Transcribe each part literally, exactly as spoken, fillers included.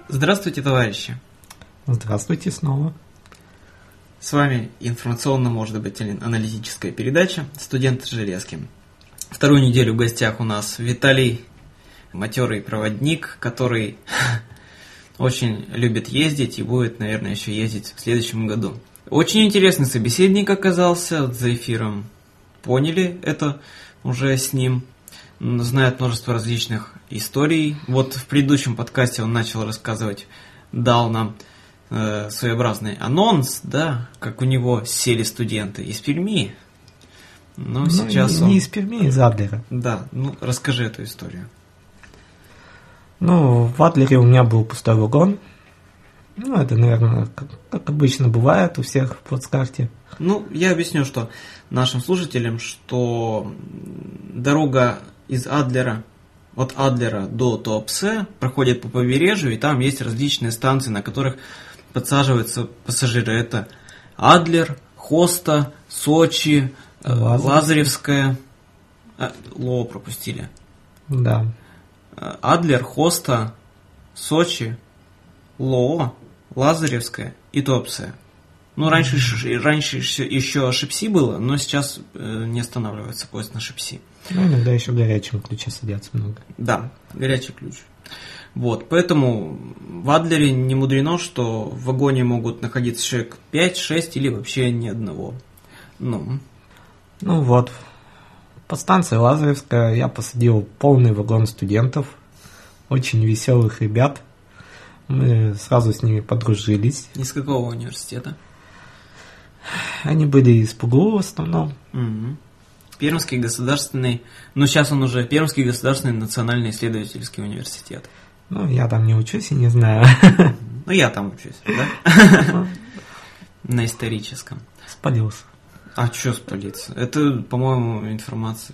Здравствуйте, товарищи! Здравствуйте снова. С вами информационно, может быть, аналитическая передача «Студент Железки». Вторую неделю в гостях у нас Виталий, матерый проводник, который очень любит ездить и будет, наверное, еще ездить в следующем году. Очень интересный собеседник оказался за эфиром. Поняли это уже с ним. Знает множество различных историй. Вот в предыдущем подкасте он начал рассказывать, дал нам э, своеобразный анонс, да, как у него сели студенты из Перми. Но ну, сейчас не, он... не из Перми, из Адлера. Да, ну расскажи эту историю. Ну, в Адлере у меня был пустой вагон. Ну, это, наверное, как, как обычно бывает у всех в плацкарте. Ну, я объясню, что нашим слушателям, что дорога из Адлера, от Адлера до Туапсе проходит по побережью, и там есть различные станции, на которых подсаживаются пассажиры. Это Адлер, Хоста, Сочи, Лазарев. Лазаревская. А, Ло пропустили. Да. Адлер, Хоста, Сочи, Лоо, Лазаревская и Туапсе. Ну, раньше, mm-hmm. раньше еще Шипси было, но сейчас не останавливается поезд на Шипси. Ну, иногда еще в горячем ключе садятся много. Да, горячий ключ. Вот, поэтому в Адлере не мудрено, что в вагоне могут находиться человек пять-шесть или вообще ни одного. Ну. Ну вот, по станции Лазаревская я посадил полный вагон студентов, очень веселых ребят. Мы сразу с ними подружились. Из какого университета? Они были из ПГУ в основном. Угу. Пермский государственный, ну сейчас он уже Пермский государственный национальный исследовательский университет. Ну, я там не учусь и не знаю. Ну, я там учусь, да? На историческом. Спалился. А что спалиться? Это, по-моему, информация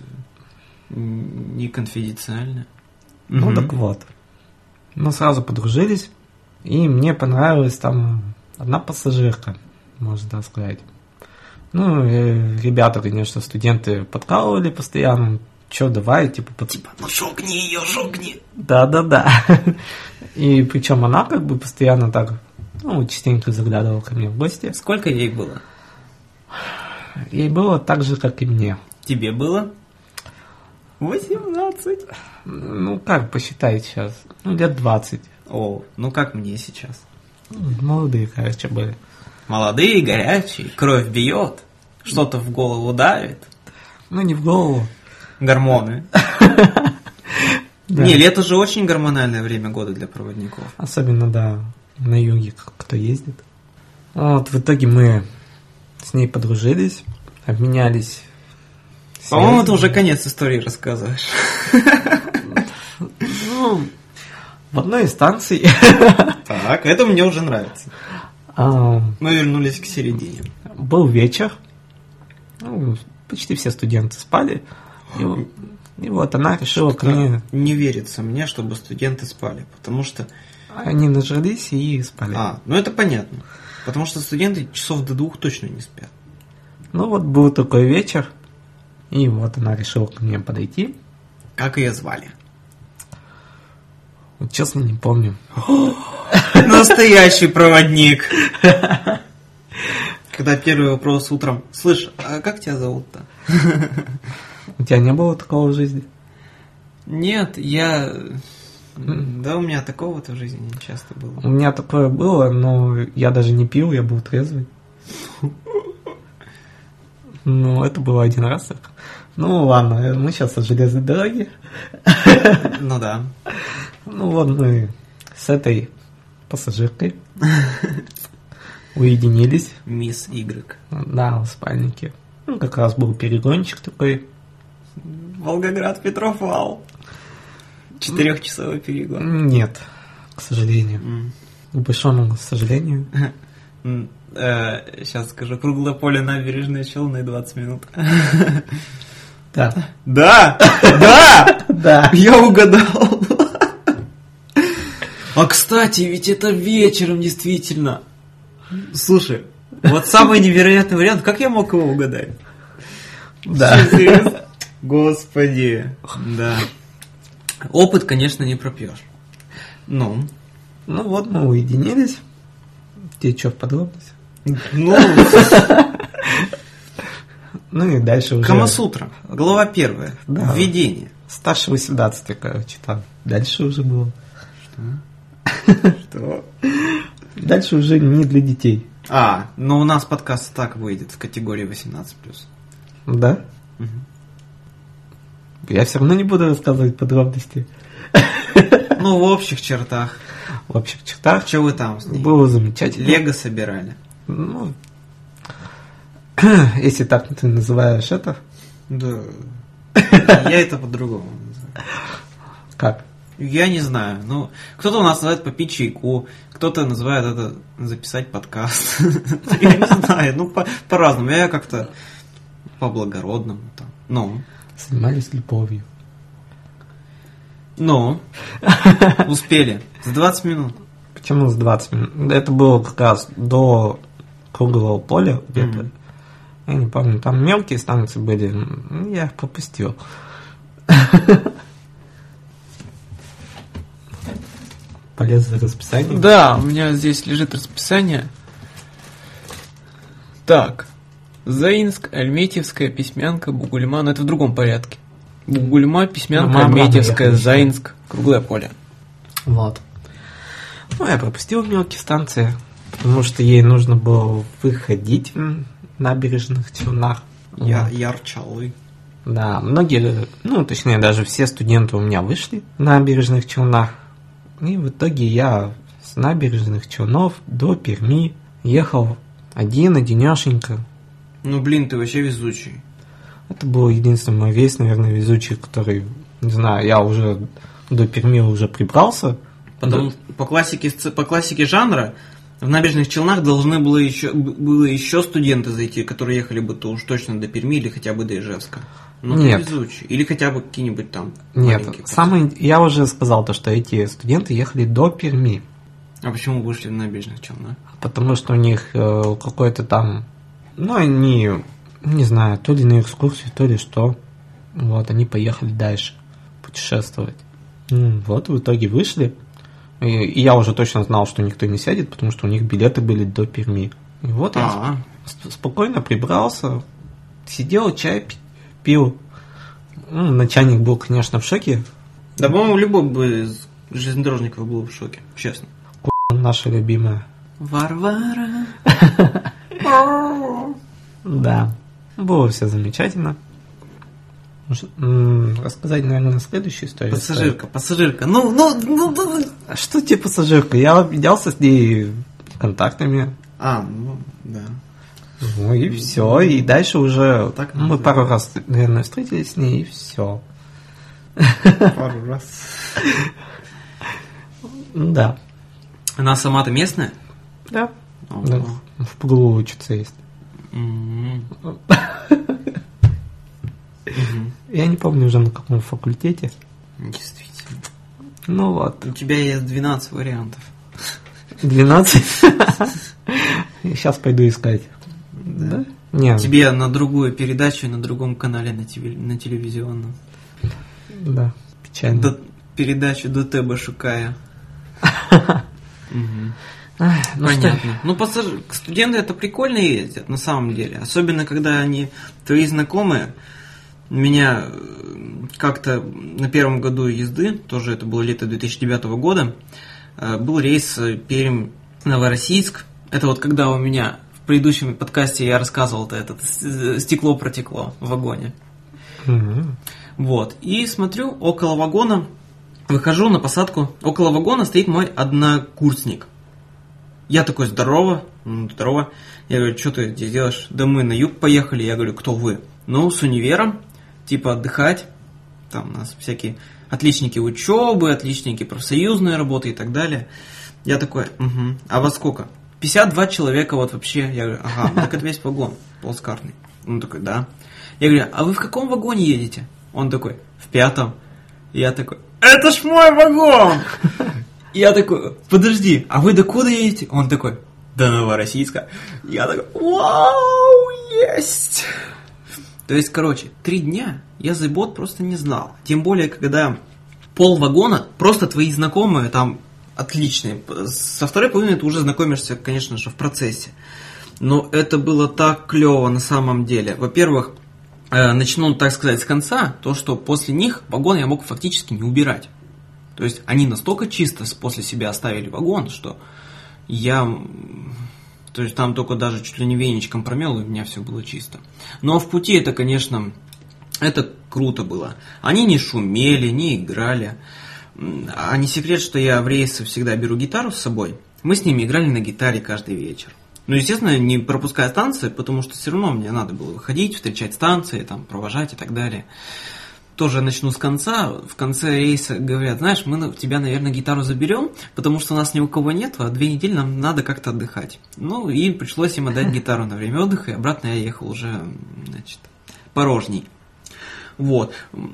не конфиденциальная. Ну, так вот. Мы сразу подружились, и мне понравилась там одна пассажирка, можно так сказать. Ну, ребята, конечно, студенты подкалывали постоянно. Че, давай, типа... Под... Типа, ну шогни ее, шогни. Да-да-да. И причем она как бы постоянно так, ну, частенько заглядывала ко мне в гости. Сколько ей было? Ей было так же, как и мне. Тебе было? восемнадцать. Ну, как посчитай сейчас? Ну, лет двадцать. О, ну как мне сейчас? Молодые, короче, были. Молодые, горячие, кровь бьет, что-то в голову давит. Ну, не в голову. Гормоны. Не, лето же очень гормональное время года для проводников. Особенно, да, на юге, кто ездит. Вот, в итоге мы с ней подружились, обменялись. По-моему, это уже конец истории рассказываешь. Ну, в одной из станций. Так, это мне уже нравится. А, мы вернулись к середине. Был вечер. Ну, почти все студенты спали. И, и вот она решила ко мне... Не верится мне, чтобы студенты спали, потому что... Они нажрались и спали. А, ну это понятно. Потому что студенты часов до двух точно не спят. Ну вот был такой вечер. И вот она решила ко мне подойти. Как ее звали? Вот честно не помню. Настоящий проводник. Когда первый вопрос утром: слышь, а как тебя зовут-то? У тебя не было такого в жизни? Нет, я... Да, у меня такого-то в жизни не часто было. У меня такое было, но я даже не пил, я был трезвый. Ну, это было один раз так. Ну, ладно, мы сейчас от железной дороги. Ну да. Ну вот мы с этой пассажиркой уединились. Мисс Y. Да, в спальнике. Ну, как раз был перегончик такой. Волгоград, Петров вал. Четырехчасовой перегон. Нет, к сожалению. Mm. К большому к сожалению. Сейчас скажу. Круглое поле, набережные Челны, двадцать минут. Да. Да! Да! Да. Я угадал. А кстати, ведь это вечером действительно. Слушай, вот самый невероятный вариант. Как я мог его угадать? Да. Господи. Да. Опыт, конечно, не пропьешь. Ну. Ну вот мы уединились. Тебе что, в подробности? Ну, ну и дальше уже... Камасутра, глава первая, да. Введение. Старше восемнадцати, короче, читал. Дальше уже было. Что? Что? Дальше уже не для детей. А, но у нас подкаст так выйдет в категории восемнадцать плюс. Да? Угу. Я все равно не буду рассказывать подробности. Ну, в общих чертах. В общих чертах. Что вы там с ней? Было замечательно. Лего собирали. Ну, если так ты называешь это. Да. Я это по-другому называю. Как? Я не знаю. Ну, кто-то у нас называет попить чайку, кто-то называет это записать подкаст. Я не знаю. Ну, по-разному. Я как-то по-благородному там. Ну. Занимались любовью. Ну. Успели. За двадцать минут. Почему за двадцать минут? Это было как раз до круглого поля где-то. Mm-hmm. Я не помню, там мелкие станции были. Я их пропустил. Полез за расписание? Да, у меня здесь лежит расписание. Так. Заинск, Альметьевская, Письмянка, Бугульма. Но это в другом порядке. Бугульма, Письмянка, ну, Альметьевская, Заинск, Круглое поле. Вот. Ну, я пропустил мелкие станции, потому что ей нужно было выходить в набережных Челнах. Я, вот. Ярчалы. Да, многие, ну, точнее, даже все студенты у меня вышли в набережных Челнах. И в итоге я с набережных Челнов до Перми ехал один, одинешенько. Ну, блин, ты вообще везучий. Это был единственный мой рейс, наверное, везучий, который, не знаю, я уже до Перми уже прибрался. Потом да. по, классике, по классике жанра в набережных Челнах должны было еще, было еще студенты зайти, которые ехали бы то уж точно до Перми или хотя бы до Ижевска. Ну, Нет. ты везучий. Или хотя бы какие-нибудь там Нет, самый, я уже сказал то, что эти студенты ехали до Перми. А почему вышли в набережных Челнах? Потому что у них э, какой-то там, ну, они, не знаю, то ли на экскурсию, то ли что. Вот, они поехали дальше путешествовать. Ну, вот, в итоге вышли. И, и я уже точно знал, что никто не сядет, потому что у них билеты были до Перми. И вот А-а-а. я спокойно прибрался, сидел, чай пил. Ну, начальник был, конечно, в шоке. Да, по-моему, любой бы из железнодорожников был в шоке, честно. Наша любимая. Варвара. Да. Было все замечательно. Рассказать, наверное, следующую историю. Пассажирка, пассажирка. Ну, ну, ну, ну. А что тебе пассажирка? Я обменялся с ней контактами. А, ну, да. Ну и все. И дальше уже так мы называется. Пару раз, наверное, встретились с ней, и все. Пару раз. Да. Она сама-то местная? Да. Да. В Пугулу учится есть. Я не помню уже на каком факультете. Действительно. Ну вот. У тебя есть двенадцать вариантов. двенадцать? Сейчас пойду искать. Да? Нет. Тебе на другую передачу на другом канале на, теле, на телевизионном. Да, печально. До, передачу до Тебе шукая. Понятно. Ну, пассажир, студенты это прикольно ездят, на самом деле. Особенно, когда они твои знакомые. Меня как-то на первом году езды, тоже это было лето две тысячи девятого года, был рейс Пермь-Новороссийск. Это вот когда у меня в предыдущем подкасте я рассказывал-то, это стекло протекло в вагоне. Mm-hmm. Вот. И смотрю, около вагона, выхожу на посадку, около вагона стоит мой однокурсник. Я такой, здорово, ну, здорово. Я говорю, что ты здесь делаешь? Да мы на юг поехали. Я говорю, кто вы? Ну, с универом, типа отдыхать. Там у нас всякие отличники учебы, отличники профсоюзной работы и так далее. Я такой, угу. А во сколько? пятьдесят два человека вот вообще. Я говорю, ага, так это весь вагон плацкартный. Он такой, да. Я говорю, а вы в каком вагоне едете? Он такой, в пятом. Я такой, это ж мой вагон! Я такой, подожди, а вы докуда едете? Он такой, до Новороссийска. Я такой, вау, есть! То есть, короче, три дня я забот просто не знал. Тем более, когда пол вагона, просто твои знакомые, там отличные. Со второй половиной ты уже знакомишься, конечно же, в процессе. Но это было так клево на самом деле. Во-первых, начну, так сказать, с конца, то, что после них вагон я мог фактически не убирать. То есть они настолько чисто после себя оставили вагон, что я... То есть там только даже чуть ли не веничком промел, и у меня все было чисто. Но в пути это, конечно, это круто было. Они не шумели, не играли. А не секрет, что я в рейсы всегда беру гитару с собой. Мы с ними играли на гитаре каждый вечер. Ну, естественно, не пропуская станции, потому что все равно мне надо было выходить, встречать станции, там, провожать и так далее. Тоже начну с конца. В конце рейса говорят, знаешь, мы тебя, наверное, гитару заберем, потому что у нас ни у кого нет, а две недели нам надо как-то отдыхать. Ну, и пришлось им отдать гитару на время отдыха, и обратно я ехал уже, значит, порожней. Вот.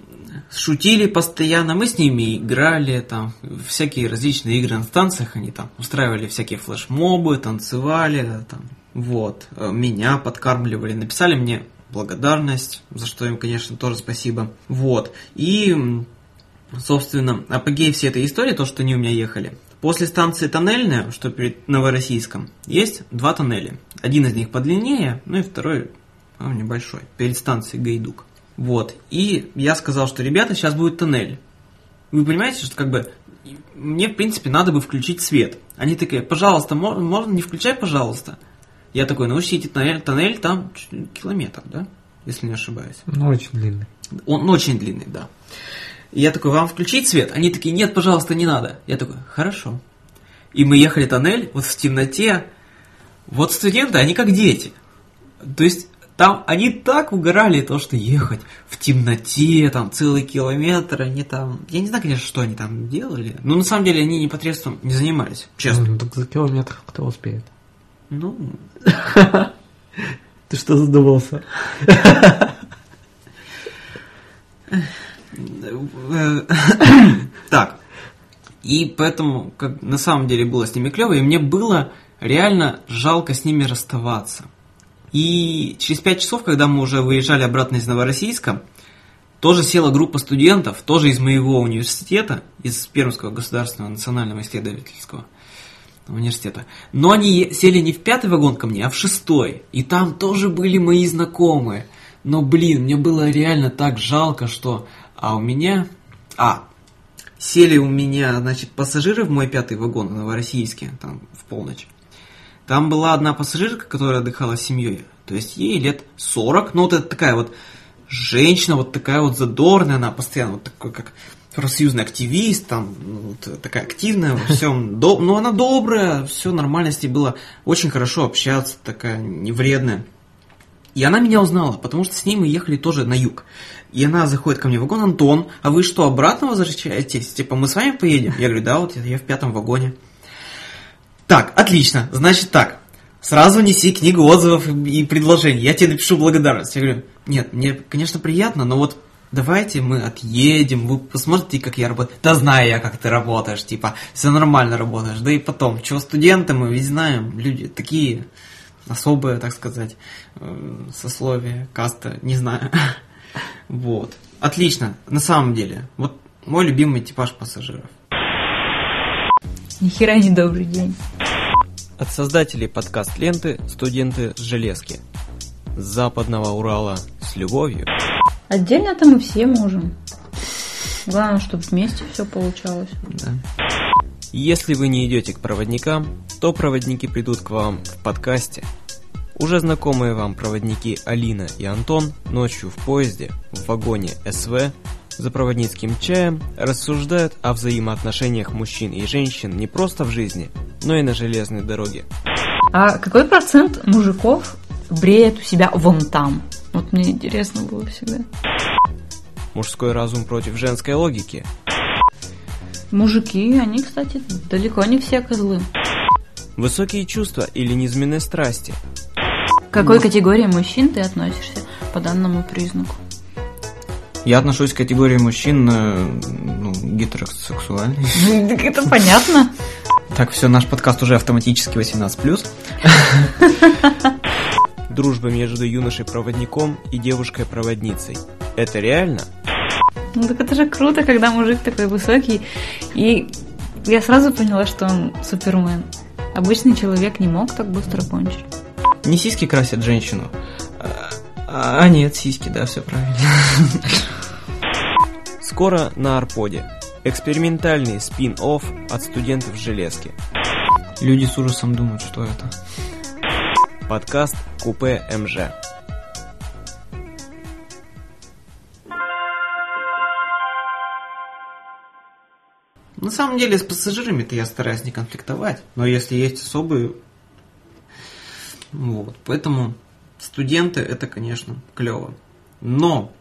Шутили постоянно, мы с ними играли, там, всякие различные игры на станциях, они там устраивали всякие флешмобы, танцевали, там, вот, меня подкармливали, написали мне благодарность, за что им, конечно, тоже спасибо, вот, и, собственно, апогей всей этой истории, то, что они у меня ехали, после станции Тоннельная, что перед Новороссийском, есть два тоннеля, один из них подлиннее, ну и второй, ну, небольшой, перед станцией Гайдук. Вот, и я сказал, что, ребята, сейчас будет тоннель. Вы понимаете, что как бы мне, в принципе, надо бы включить свет. Они такие, пожалуйста, можно, можно не включай, пожалуйста. Я такой, ну, учтите, тоннель, тоннель там километр, да, если не ошибаюсь. Ну, очень длинный. Он очень длинный, да. И я такой, вам включить свет? Они такие, нет, пожалуйста, не надо. Я такой, хорошо. И мы ехали тоннель, вот в темноте. Вот студенты, они как дети. То есть... Там они так угорали, то, что ехать в темноте, там, целый километр, они там... Я не знаю, конечно, что они там делали, но на самом деле они непосредственно не занимались, честно. Ну, так за километр кто успеет? Ну... Ты что задумался? Так. И поэтому, как на самом деле было с ними клево, и мне было реально жалко с ними расставаться. И через пять часов, когда мы уже выезжали обратно из Новороссийска, тоже села группа студентов, тоже из моего университета, из Пермского государственного национального исследовательского университета. Но они сели не в пятый вагон ко мне, а в шестой. И там тоже были мои знакомые. Но, блин, мне было реально так жалко, что... А у меня... А, сели у меня, значит, пассажиры в мой пятый вагон в Новороссийске, там, в полночь. Там была одна пассажирка, которая отдыхала с семьей. То есть ей лет сорок. Ну, вот это такая вот женщина, вот такая вот задорная, она постоянно вот такой, как профсоюзный активист, там, вот такая активная, во всем. До... Ну, она добрая, все нормально с ней было. Очень хорошо общаться, такая невредная. И она меня узнала, потому что с ней мы ехали тоже на юг. И она заходит ко мне в вагон, Антон, а вы что, обратно возвращаетесь? Типа, мы с вами поедем? Я говорю, да, вот я в пятом вагоне. Так, отлично, значит так, сразу неси книгу отзывов и предложений, я тебе напишу благодарность. Я говорю, нет, мне, конечно, приятно, но вот давайте мы отъедем, вы посмотрите, как я работаю. Да знаю я, как ты работаешь, типа, все нормально работаешь. Да и потом, чего студенты, мы ведь знаем, люди такие особые, так сказать, сословия, каста, не знаю. Вот, отлично, на самом деле, вот мой любимый типаж пассажиров. Нихера не добрый день. От создателей подкаст-ленты «Студенты с железки». С западного Урала с любовью. Отдельно-то мы все можем. Главное, чтобы вместе все получалось. Да. Если вы не идете к проводникам, то проводники придут к вам в подкасте. Уже знакомые вам проводники Алина и Антон ночью в поезде, в вагоне СВ, за проводницким чаем рассуждают о взаимоотношениях мужчин и женщин не просто в жизни, но и на железной дороге. А какой процент мужиков бреет у себя вон там? Вот мне интересно было всегда. Мужской разум против женской логики. Мужики, они, кстати, далеко не все козлы. Высокие чувства или низменные страсти. К какой категории мужчин ты относишься по данному признаку? Я отношусь к категории мужчин, ну, гетеросексуальных. Так это понятно. Так, все, наш подкаст уже автоматически восемнадцать плюс. Дружба между юношей-проводником и девушкой-проводницей. Это реально? Ну так это же круто, когда мужик такой высокий и Я сразу поняла, что он супермен. Обычный человек не мог так быстро кончить. Не сиськи красят женщину. А, а нет, сиськи, да, все правильно. Скоро на Арподе. Экспериментальный спин-офф от студентов железки. Люди с ужасом думают, что это. Подкаст Купе МЖ. На самом деле с пассажирами-то я стараюсь не конфликтовать, но если есть особые... Вот, поэтому студенты это, конечно, клево. Но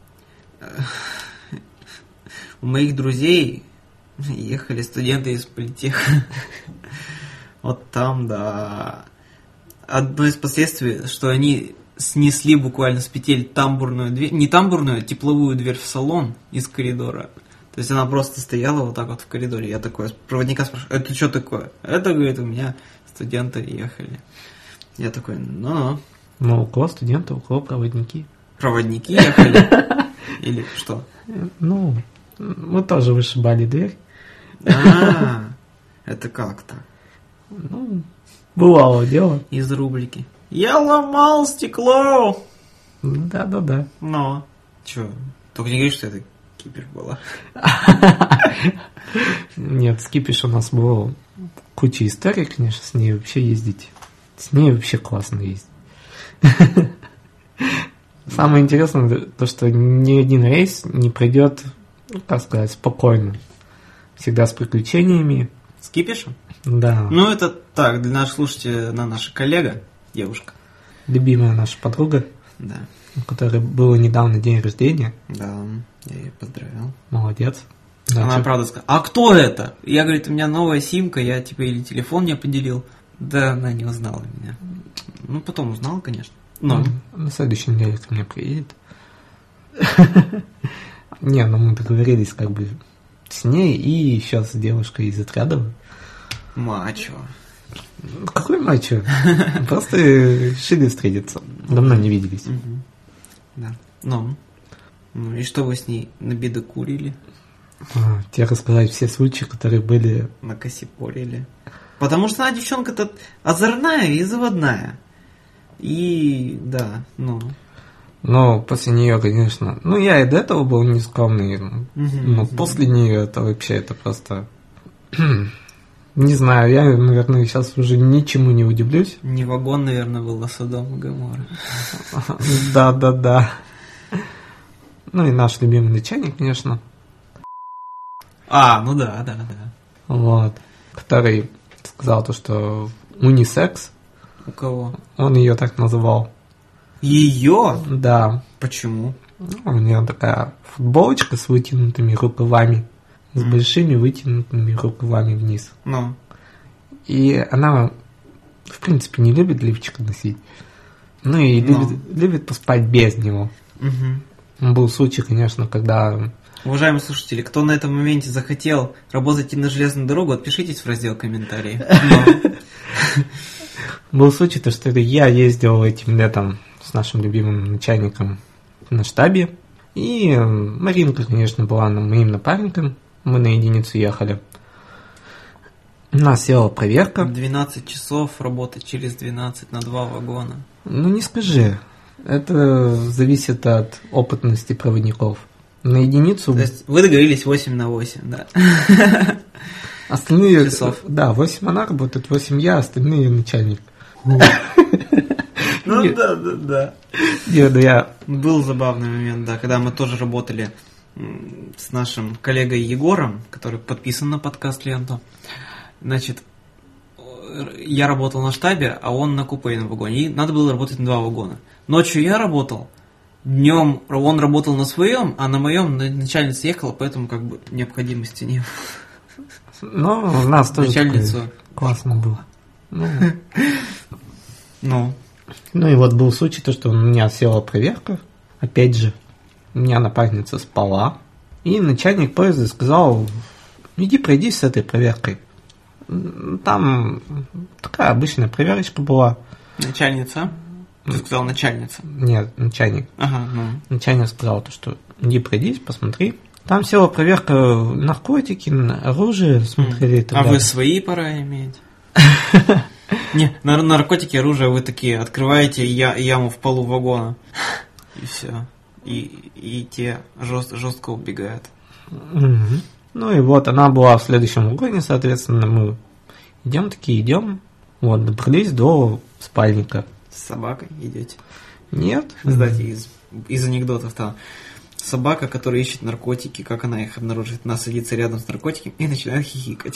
у моих друзей ехали студенты из политеха. Вот там, да. Одно из последствий, что они снесли буквально с петель тамбурную дверь, не тамбурную, а тепловую дверь в салон из коридора. То есть она просто стояла вот так вот в коридоре. Я такой с проводника спрашиваю, это что такое? Это, говорит, у меня студенты ехали. Я такой, ну-ну. Ну, у кого студенты, у кого проводники. Проводники ехали? Или что? Ну, мы тоже вышибали дверь. А, это как-то? Ну, бывало дело. Из рубрики. Я ломал стекло! Да-да-да. Но. Че, только не говори, что это кипиш была. Нет, с кипиш у нас было куча историй, конечно, с ней вообще ездить. С ней вообще классно ездить. Самое интересное, то, что ни один рейс не пройдет, ну, как сказать, спокойно. Всегда с приключениями. С кипишем? Да. Ну, это так, для наших слушателей, она наша коллега, девушка. Любимая наша подруга. Да. У которой было недавно день рождения. Да, я ее поздравил. Молодец. Она, да, правда, сказала, а кто это? Я, говорит, у меня новая симка, я, типа, или телефон не поделил. Да, она не узнала меня. Ну, потом узнала, конечно. Но... На следующей неделе ко мне приедет. Не, ну мы договорились как бы с ней и еще с девушкой из отряда. Мачо. Какой мачо? Просто решили встретиться. Давно не виделись. Да. Ну. Ну и что вы с ней набедокурили? А, тебе рассказать все случаи, которые были... Накосипорили. Потому что она девчонка-то озорная и заводная. И да, ну. Но после нее, конечно... Ну, я и до этого был нескромный. Но после нее это вообще, это просто... Не знаю, я, наверное, сейчас уже ничему не удивлюсь. Не вагон, наверное, был, а Содом и Гоморра. Да-да-да. Ну и наш любимый начальник, конечно. А, ну да, да, да. Вот. Который сказал то, что унисекс. У кого? Он ее так называл. Ее? Да. Почему? Ну, у нее такая футболочка с вытянутыми рукавами. С большими вытянутыми рукавами вниз. Ну. И она, в принципе, не любит лифчика носить. Ну и любит, любит поспать без него. Угу. Был случай, конечно, когда... Уважаемые слушатели, кто на этом моменте захотел работать на железную дорогу, отпишитесь в раздел комментариев. Был случай, то, что я ездил этим летом с нашим любимым начальником на штабе. И Маринка, конечно, была моим напарником. Мы на единицу ехали. У нас села проверка. двенадцать часов работать через двенадцать на два вагона. Ну, не скажи. Это зависит от опытности проводников. На единицу... То есть вы договорились восемь на восемь, да? Остальные... Часов. Да, восемь она работает, восемь я, остальные начальник. Ну да, да, да. Нет, да я... Был забавный момент, да, когда мы тоже работали с нашим коллегой Егором, который подписан на подкаст «Ленту». Значит, я работал на штабе, а он на купейном вагоне. И надо было работать на два вагона. Ночью я работал, днем он работал на своем, а на моем начальница ехала, поэтому как бы необходимости не было. Ну, у нас тоже начальницу классно было. Ну. ну. Ну и вот был случай, то, что у меня села проверка. Опять же, у меня напарница спала. И начальник поезда сказал, иди пройдись с этой проверкой. Там такая обычная проверочка была. Начальница? Ты сказал начальница? Нет, начальник. Ага, ну. Начальник сказал, то, что иди пройдись, посмотри, Там села проверка наркотики, оружие, смотрели. и так А далее. вы свои пора иметь? Не, на наркотики, оружие вы такие открываете я, яму в полу вагона. И все. И, и те жест, жестко убегают. Мгм. Ну и вот она была в следующем вагоне, соответственно, мы идем такие, идем, вот, добрались до спальника. С собакой идете. Нет. Кстати, из, из анекдотов там. Собака, которая ищет наркотики, как она их обнаружит? Она садится рядом с наркотиками и начинает хихикать.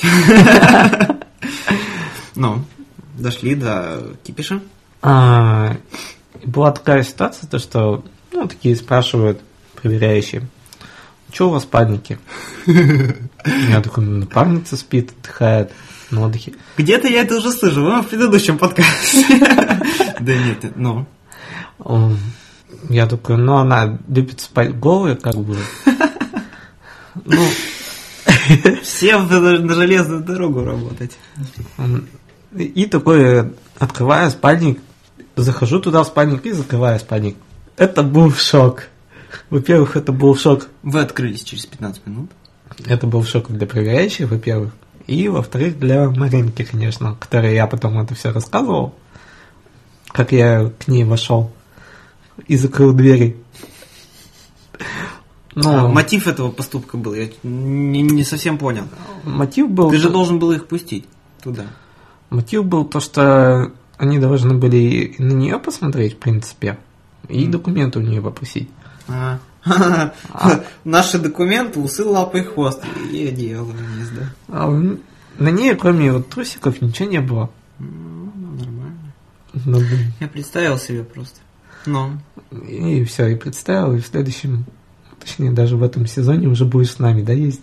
Ну, дошли до кипиша. А, была такая ситуация, то что, ну, такие спрашивают проверяющие, что у вас в спальнике? Я такой, напарница спит, отдыхает на отдыхе. Где-то я это уже слышал, ну, в предыдущем подкасте. Да нет, ну. М, Я такой, ну, она любит спать голой, как бы. Ну, Все на железную дорогу работать. м, и такой, открываю спальник, захожу туда в спальник и закрываю спальник. Это был шок. Во-первых, это был шок. Вы открылись через пятнадцать минут. Это был шок для проверяющих, во-первых. И, во-вторых, для Маринки, конечно, которой я потом это все рассказывал, как я к ней вошел и закрыл двери. Ну, А мотив этого поступка был, я не, не совсем понял. мотив был... Ты же то- должен был их пустить туда. Мотив был то, что они должны были и на нее посмотреть, в принципе, и документы у нее попросить. А. Наши документы, усы, лапы и хвост. И одеяло вниз, да. А м, на ней, кроме вот трусиков, ничего не было. Ну, нормально. Ну, блин. Я представил себе просто. Ну. И все, и представил, и в следующем, точнее, даже в этом сезоне уже будешь с нами, да, ездить?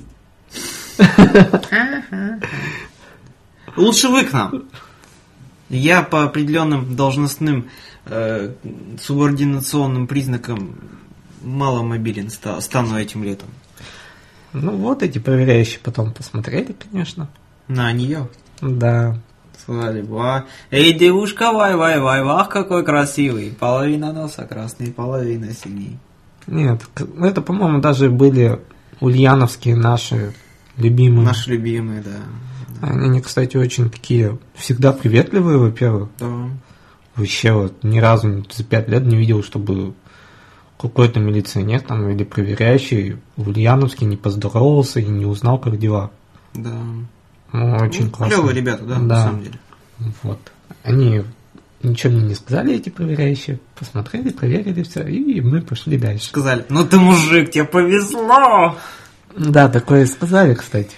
Лучше вы к нам. Я по определенным должностным э, субординационным признакам мало мобилен ста- стану этим летом. Ну, вот эти проверяющие потом посмотрели, конечно. На нее. Да. Сказали, ва, эй, девушка, вай, вай, вай, вах, какой красивый. Половина носа красный, половина синий. Нет, к- это, по-моему, даже были ульяновские наши любимые. Наши любимые, да. Они, кстати, очень такие, всегда приветливые, во-первых. Да. Вообще вот ни разу за пять лет не видел, чтобы какой-то милиционер там или проверяющий в Ульяновске не поздоровался и не узнал, как дела. Да. Ну, очень Ну, классно. клевые ребята, да, на самом деле. Вот. Они ничего мне не сказали, эти проверяющие. Посмотрели, проверили все, и мы пошли дальше. Сказали, ну ты мужик, тебе повезло. Да, такое сказали, кстати.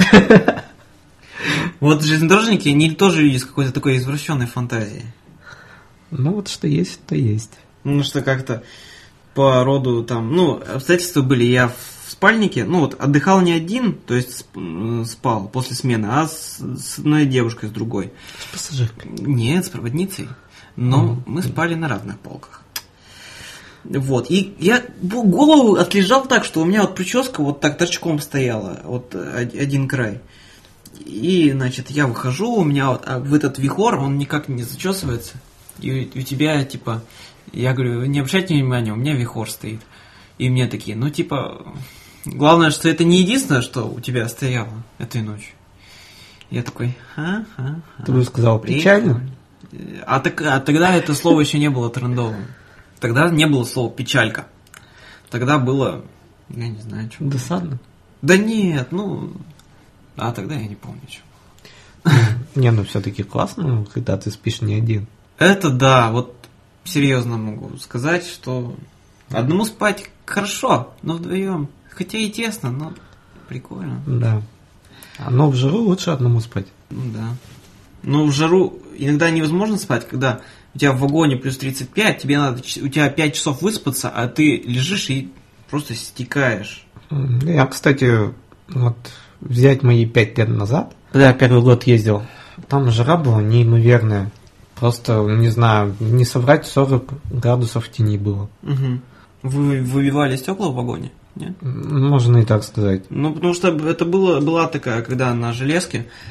Вот железнодорожники, они тоже люди с какой-то такой извращенной фантазией. Ну вот что есть, то есть. Ну что как-то по роду там, ну, обстоятельства были, я в спальнике, ну вот отдыхал не один, то есть сп- э, спал после смены, а с, с одной девушкой, с другой. С пассажиркой. Нет, с проводницей. Но мы спали на разных полках. Вот. И я бу- голову отлежал так, что у меня вот прическа вот так торчком стояла, вот о- один край. И, значит, я выхожу, у меня вот а в этот вихор, он никак не зачесывается. И у тебя, типа, я говорю, вы не обращайте внимания, у меня вихор стоит. И мне такие, ну, типа, главное, что это не единственное, что у тебя стояло этой ночью. Я такой, ха-ха. Ты бы сказал, печально? А, так, а тогда это слово еще не было трендовым. Тогда не было слова печалька. Тогда было, я не знаю, что. Досадно. Да нет, ну... А тогда я не помню, что. Не, ну все-таки классно, когда ты спишь не один. Это да, вот серьезно могу сказать, что одному спать хорошо, но вдвоем. Хотя и тесно, но прикольно. Да. Но в жару лучше одному спать. Ну да. Но в жару иногда невозможно спать, когда у тебя в вагоне плюс тридцать пять, тебе надо, ч- у тебя пять часов выспаться, а ты лежишь и просто стекаешь. Я, кстати, вот взять мои пять лет назад, когда я первый год ездил, там жара была неимоверная. Просто, не знаю, не соврать, сорок градусов в тени было. Угу. Вы выбивали стекла в вагоне? Нет? Можно и так сказать. Ну, потому что это было, была такая, когда на железке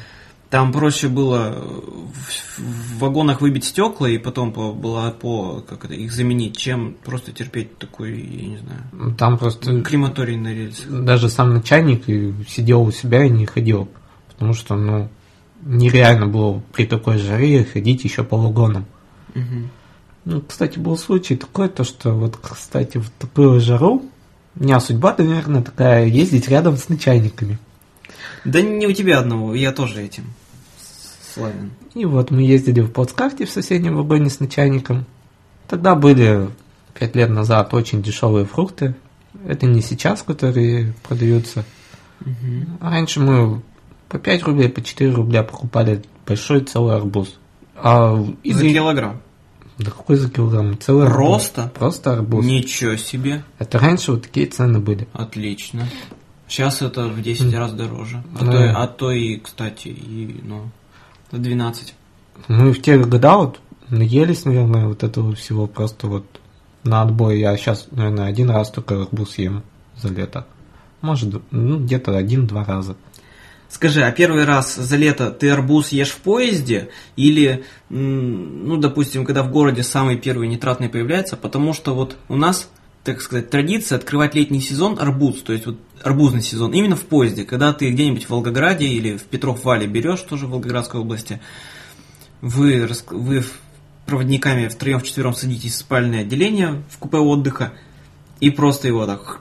Там проще было в, в вагонах выбить стекла и потом по, было по как это, их заменить, чем просто терпеть такой, я не знаю, Там просто крематорий на рельсах. даже сам начальник сидел у себя и не ходил, потому что, ну, нереально было при такой жаре ходить еще по вагонам. Угу. Ну, кстати, был случай такой, то что вот, кстати, в такую жару у меня судьба, наверное, такая, ездить рядом с начальниками. Да не у тебя одного, я тоже этим славен. И вот мы ездили в плацкарте в соседнем вагоне с начальником. Тогда были пять лет назад очень дешевые фрукты. Это не сейчас, которые продаются. Угу. А раньше мы по пять рублей, по четыре рубля покупали большой целый арбуз. А из... За килограмм? Да какой за килограмм? Целый Просто? арбуз. Просто арбуз. Ничего себе. Это раньше вот такие цены были. Отлично. Сейчас это в десять раз дороже. А, Ну, то, и- а то и, кстати, и, ну, в двенадцать. Мы в те года вот наелись, наверное, вот этого всего просто вот на отбой. Я сейчас, наверное, один раз только арбуз ем за лето. Может, ну, где-то один-два раза. Скажи, а первый раз за лето ты арбуз ешь в поезде? Или, м, ну, допустим, когда в городе самый первый нитратный появляется? Потому что вот у нас, так сказать, традиция открывать летний сезон арбуз, то есть вот арбузный сезон, именно в поезде. Когда ты где-нибудь в Волгограде или в Петров-Вале берешь, тоже в Волгоградской области, вы, рас- вы в- проводниками втроем-вчетвером садитесь в спальное отделение в купе отдыха и просто его так...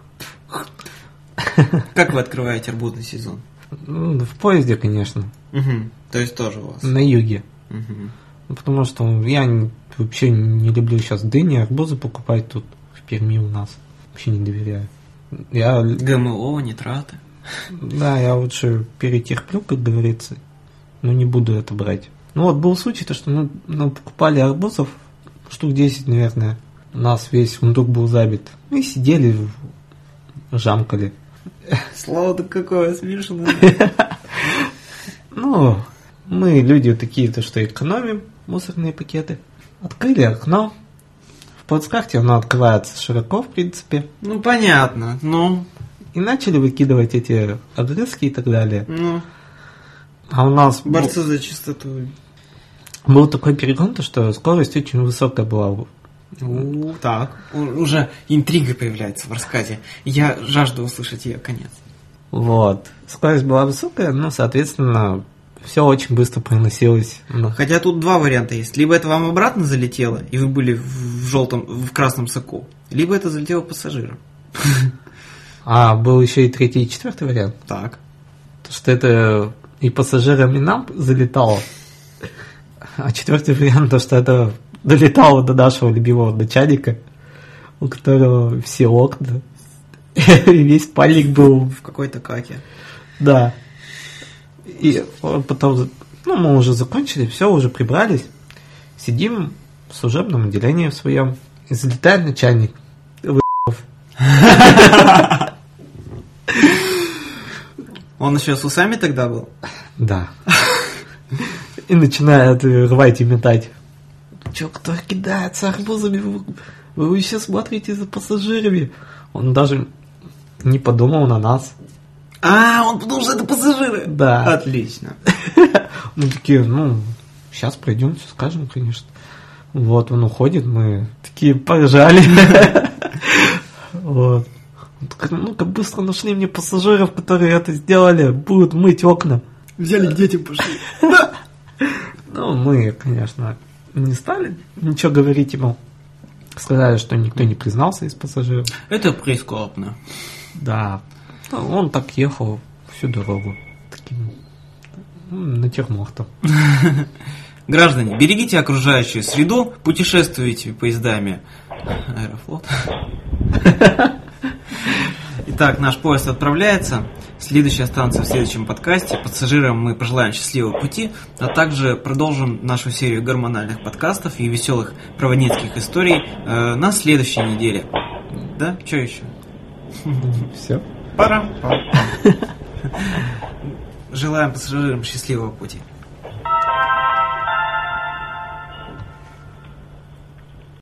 Как вы открываете арбузный сезон? Ну, в поезде, конечно, Угу. То есть тоже у вас. на юге. Мгм. Ну, потому что я не- вообще не люблю сейчас дыни, арбузы покупать тут в Перми у нас. Вообще не доверяю. Я, ГМО, нитраты. да, я лучше перетерплю, как говорится, но не буду это брать. Ну вот был случай, то, что мы ну, покупали арбузов, штук десять, наверное. У нас весь сундук был забит. Мы сидели, жамкали. Слово-то какое смешное. Ну, мы люди такие, то что экономим мусорные пакеты. Открыли окно. В плацкарте оно открывается широко, в принципе. Ну, понятно. Ну, И начали выкидывать эти огрызки и так далее. ну, А у нас был, борцы за чистоту. был такой перегон, то что скорость очень высокая была. У, Так, у- уже интрига появляется в рассказе. Я жажду услышать ее конец. Вот. Скорость была высокая, но, соответственно, все очень быстро проносилось. Ну, Хотя тут два варианта есть. Либо это вам обратно залетело, и вы были в желтом, в красном соку, либо это залетело пассажирам. А был еще и третий и четвертый вариант. Так. То, что это и пассажирам, и нам залетало. А четвертый вариант, то, что это долетало до нашего любимого начальника, у которого все окна, и весь спальник был, В какой-то каке. да. И он потом, ну, мы уже закончили, все, уже прибрались, сидим в служебном отделении в своем, и залетает начальник. Он еще с усами тогда был? Да. И начинает рвать и метать. Че, кто кидается арбузами? Вы, вы еще смотрите за пассажирами. Он даже не подумал на нас. А, он подумал, что это пассажиры? Да. Отлично. Мы такие, ну, сейчас пройдем, все скажем, конечно. Вот, он уходит, мы такие поржали. Вот. Он такой, ну-ка быстро нашли мне пассажиров, которые это сделали, будут мыть окна. Взяли к детям, пошли. Ну, мы, конечно, не стали ничего говорить ему. Сказали, что никто не признался из пассажиров. Это прискорбно. Да. Ну, он так ехал всю дорогу. Таким м, натюрмортом. Граждане, берегите окружающую среду, путешествуйте поездами. Аэрофлот. Итак, наш поезд отправляется. Следующая станция в следующем подкасте. Пассажирам мы пожелаем счастливого пути, а также продолжим нашу серию гормональных подкастов и веселых проводницких историй э, на следующей неделе. Да? Что еще? Все. Пора. Желаем пассажирам счастливого пути.